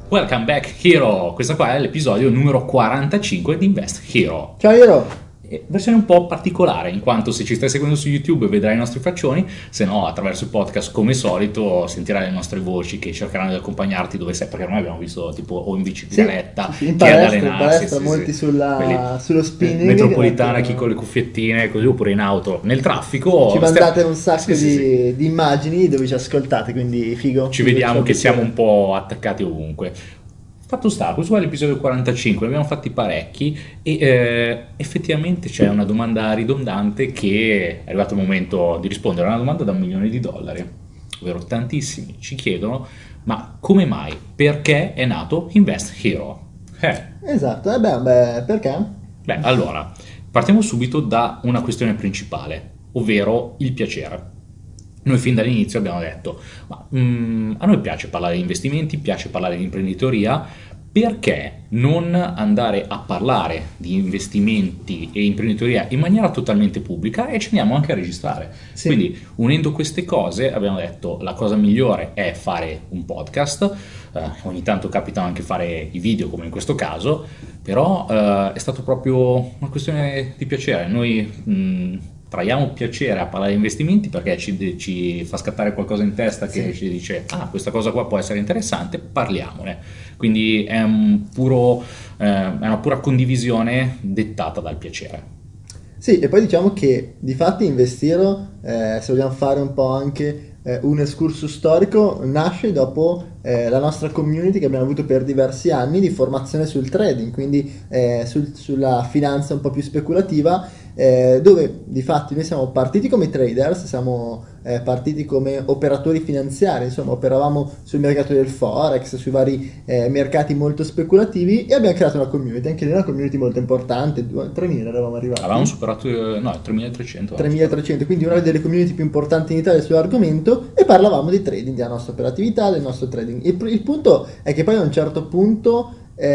Welcome back Hero, questo qua è l'episodio numero 45 di Invest Hero. Ciao Hero! Versione un po' particolare, in quanto se ci stai seguendo su YouTube vedrai i nostri faccioni, se no attraverso il podcast come solito sentirai le nostre voci che cercheranno di accompagnarti dove sei, perché noi abbiamo visto tipo o in bicicletta, sì, in chi ad palestra, allenarsi, molti sullo spinning, metropolitana, chi con le cuffiettine così, oppure in auto, nel traffico. Ci mandate un sacco sì. di immagini dove ci ascoltate, quindi figo. Ci vediamo che siamo un po' attaccati ovunque. Fatto sta, questo qua è l'episodio 45, ne abbiamo fatti parecchi e effettivamente c'è una domanda ridondante che è arrivato il momento di rispondere a una domanda da $1 milione, ovvero tantissimi ci chiedono: ma come mai, perché è nato Invest Hero? Esatto, perché? Beh, allora, partiamo subito da una questione principale, ovvero il piacere. Noi fin dall'inizio abbiamo detto, a noi piace parlare di investimenti, piace parlare di imprenditoria, perché non andare a parlare di investimenti e imprenditoria in maniera totalmente pubblica e ci andiamo anche a registrare. Sì. Quindi unendo queste cose abbiamo detto la cosa migliore è fare un podcast, ogni tanto capita anche fare i video come in questo caso, però è stato proprio una questione di piacere. Noi traiamo piacere a parlare di investimenti perché ci fa scattare qualcosa in testa che ci dice questa cosa qua può essere interessante, parliamone. Quindi è una pura condivisione dettata dal piacere. Sì, e poi diciamo che di fatti Investiro, se vogliamo fare un po' anche un escursus storico, nasce dopo la nostra community che abbiamo avuto per diversi anni di formazione sul trading, quindi sulla finanza un po' più speculativa, dove di fatti noi siamo partiti come traders, siamo partiti come operatori finanziari, insomma operavamo sul mercato del forex, sui vari mercati molto speculativi, e abbiamo creato una community, anche lì una community molto importante, 3.000 eravamo arrivati. Avevamo superato 3.300. 3.300, quindi una delle community più importanti in Italia sull'argomento, e parlavamo di trading, della nostra operatività, del nostro trading. Il punto è che poi a un certo punto,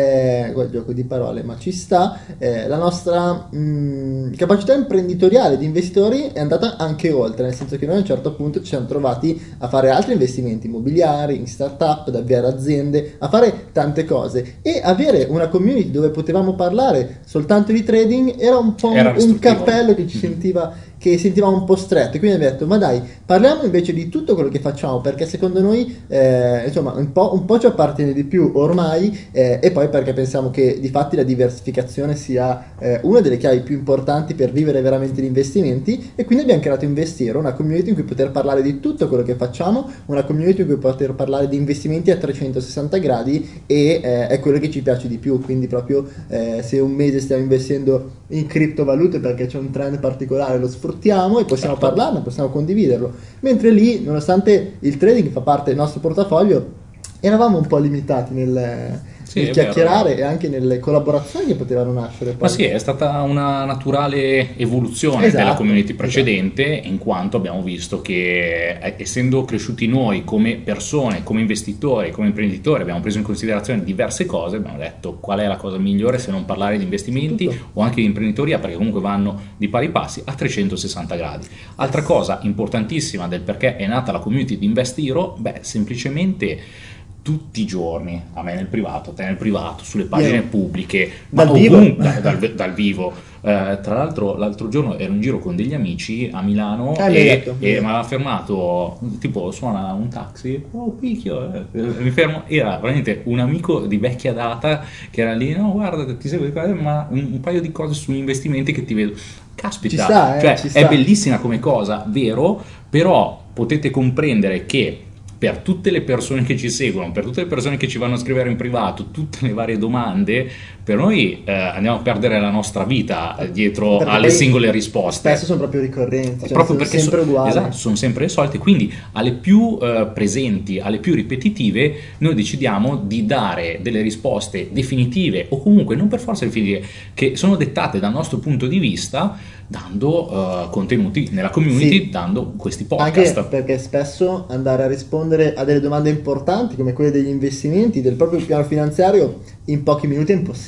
gioco di parole, ma ci sta, la nostra capacità imprenditoriale di investitori è andata anche oltre, nel senso che noi a un certo punto ci siamo trovati a fare altri investimenti immobiliari, in startup, ad avviare aziende, a fare tante cose, e avere una community dove potevamo parlare soltanto di trading era un po' un cappello che ci sentivamo un po' stretto. Quindi abbiamo detto, ma dai, parliamo invece di tutto quello che facciamo, perché secondo noi insomma un po' ci appartiene di più ormai, e poi perché pensiamo che di fatti la diversificazione sia una delle chiavi più importanti per vivere veramente di investimenti. E quindi abbiamo creato Investiro, una community in cui poter parlare di tutto quello che facciamo, una community in cui poter parlare di investimenti a 360 gradi, e è quello che ci piace di più. Quindi proprio se un mese stiamo investendo in criptovalute perché c'è un trend particolare, lo sfruttiamo e possiamo parlarne, possiamo condividerlo, mentre lì, nonostante il trading fa parte del nostro portafoglio, eravamo un po' limitati nel chiacchierare e anche nelle collaborazioni che potevano nascere. Ma sì, è stata una naturale evoluzione della community precedente, in quanto abbiamo visto che essendo cresciuti noi come persone, come investitori, come imprenditori, abbiamo preso in considerazione diverse cose, abbiamo detto qual è la cosa migliore se non parlare di investimenti o anche di imprenditoria, perché comunque vanno di pari passi a 360 gradi. Altra cosa importantissima del perché è nata la community di Investiro, semplicemente tutti i giorni, a me nel privato, a te nel privato, sulle pagine pubbliche, dal vivo. Tra l'altro l'altro giorno ero in giro con degli amici a Milano e mi aveva fermato, tipo suona un taxi, picchio, mi fermo, era veramente un amico di vecchia data che era lì, no guarda ti seguo, ma un paio di cose sugli investimenti che ti vedo, caspita, ci sta. È bellissima come cosa, vero, però potete comprendere che per tutte le persone che ci seguono, per tutte le persone che ci vanno a scrivere in privato, tutte le varie domande, per noi andiamo a perdere la nostra vita dietro alle singole risposte. Spesso sono proprio ricorrenti, proprio perché sempre uguali. Esatto, sono sempre le solite, quindi alle più presenti, alle più ripetitive, noi decidiamo di dare delle risposte definitive, o comunque non per forza definitive, che sono dettate dal nostro punto di vista, dando contenuti nella community, dando questi podcast. Anche perché spesso andare a rispondere a delle domande importanti come quelle degli investimenti, del proprio piano finanziario, in pochi minuti è impossibile.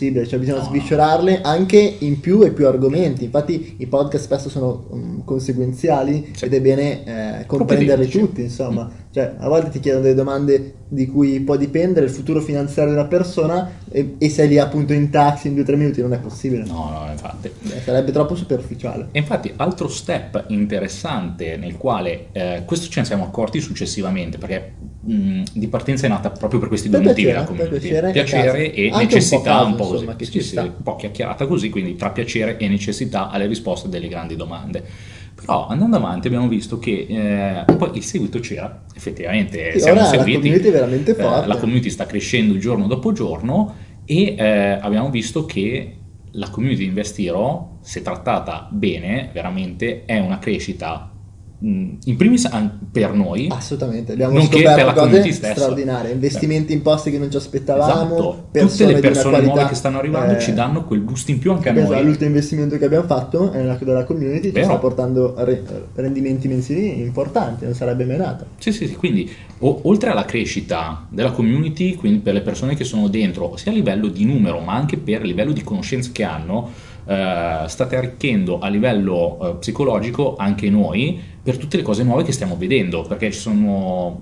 possibile, cioè bisogna sviscerarle anche in più e più argomenti. Infatti i podcast spesso sono conseguenziali, ed è bene comprenderli tutti, insomma. Cioè, a volte ti chiedono delle domande di cui può dipendere il futuro finanziario della persona e sei lì appunto in taxi in 2 o 3 minuti, non è possibile. No, infatti. Sarebbe troppo superficiale. E infatti, altro step interessante nel quale questo ce ne siamo accorti successivamente, perché di partenza è nata proprio per questi due motivi la community. Piacere e necessità, un po' così. Un po' chiacchierata così, quindi tra piacere e necessità alle risposte delle grandi domande. Però andando avanti abbiamo visto che un po' il seguito c'era, effettivamente siamo seguiti, la community è veramente forte. La community sta crescendo giorno dopo giorno e abbiamo visto che la community di Investiro, se trattata bene, veramente è una crescita in primis per noi, assolutamente, abbiamo nonché per la community stessa, straordinaria, investimenti in posti che non ci aspettavamo, tutte le persone nuove che stanno arrivando ci danno quel boost in più anche a noi. L'ultimo investimento che abbiamo fatto è della community, ci sta portando rendimenti mensili importanti, non sarebbe mai nata. Sì, quindi oltre alla crescita della community, quindi per le persone che sono dentro, sia a livello di numero ma anche per il livello di conoscenze che hanno, state arricchendo a livello psicologico anche noi per tutte le cose nuove che stiamo vedendo, perché ci sono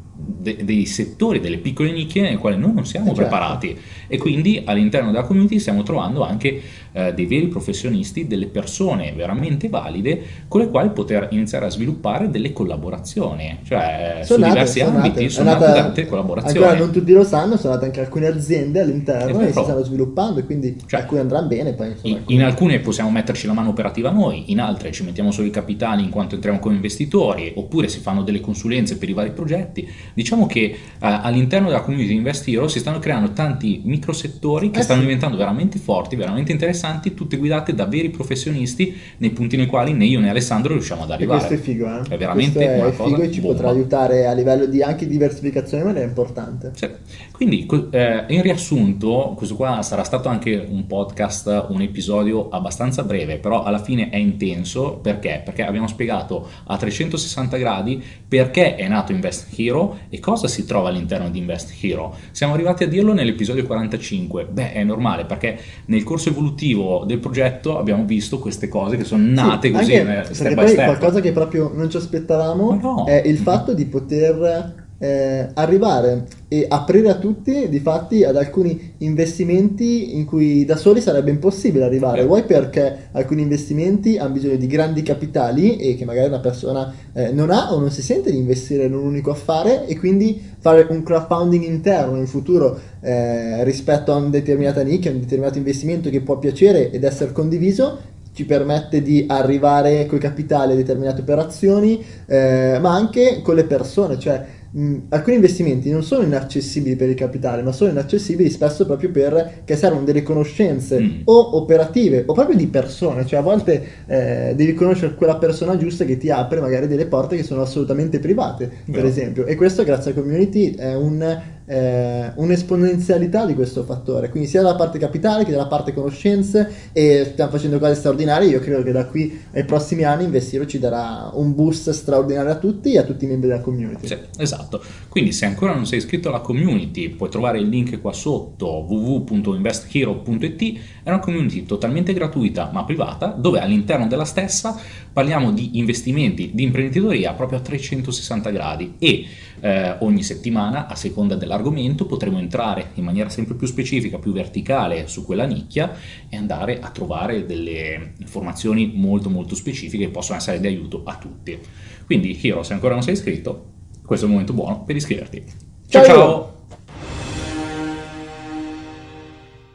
dei settori, delle piccole nicchie nelle quali noi non siamo preparati, e quindi all'interno della community stiamo trovando anche dei veri professionisti, delle persone veramente valide con le quali poter iniziare a sviluppare delle collaborazioni, cioè su diversi ambiti sono nate tante collaborazioni. Ancora non tutti lo sanno, sono nate anche alcune aziende all'interno e si stanno sviluppando, e quindi alcune andranno bene, poi in alcune possiamo metterci la mano operativa noi, in altre ci mettiamo solo i capitali in quanto entriamo come investitori, oppure si fanno delle consulenze per i vari progetti. Diciamo che all'interno della community di Investiro si stanno creando tanti microsettori che stanno diventando veramente forti, veramente interessanti, tutte guidate da veri professionisti nei punti nei quali né io né Alessandro riusciamo ad arrivare. E questo è figo, è veramente una cosa figo, e ci potrà aiutare a livello di anche diversificazione, ma è importante. Quindi in riassunto, questo qua sarà stato anche un podcast, un episodio abbastanza breve, però alla fine è intenso. Perché abbiamo spiegato a 360 gradi perché è nato Invest Hero e cosa si trova all'interno di Invest Hero. Siamo arrivati a dirlo nell'episodio 45. È normale, perché nel corso evolutivo del progetto abbiamo visto queste cose che sono nate così, step by step. Qualcosa che proprio non ci aspettavamo è il fatto di poter arrivare e aprire a tutti difatti ad alcuni investimenti in cui da soli sarebbe impossibile arrivare. Vuoi perché alcuni investimenti hanno bisogno di grandi capitali e che magari una persona non ha o non si sente di investire in un unico affare, e quindi fare un crowdfunding interno in futuro rispetto a una determinata nicchia, un determinato investimento che può piacere ed essere condiviso, ci permette di arrivare coi capitali a determinate operazioni, ma anche con le persone. Cioè alcuni investimenti non sono inaccessibili per il capitale, ma sono inaccessibili spesso proprio perché servono delle conoscenze o operative o proprio di persone. Cioè a volte devi conoscere quella persona giusta che ti apre magari delle porte che sono assolutamente private, per esempio, e questo grazie alla community è un'esponenzialità di questo fattore, quindi sia dalla parte capitale che dalla parte conoscenze, e stiamo facendo cose straordinarie. Io credo che da qui ai prossimi anni Investiro ci darà un boost straordinario a tutti e a tutti i membri della community. Sì, esatto. Quindi se ancora non sei iscritto alla community, puoi trovare il link qua sotto, www.investhero.it. È una community totalmente gratuita ma privata, dove all'interno della stessa parliamo di investimenti, di imprenditoria proprio a 360 gradi, e ogni settimana, a seconda dell'argomento, potremo entrare in maniera sempre più specifica, più verticale su quella nicchia, e andare a trovare delle informazioni molto molto specifiche che possono essere di aiuto a tutti. Quindi Hero, se ancora non sei iscritto, questo è il momento buono per iscriverti. Ciao!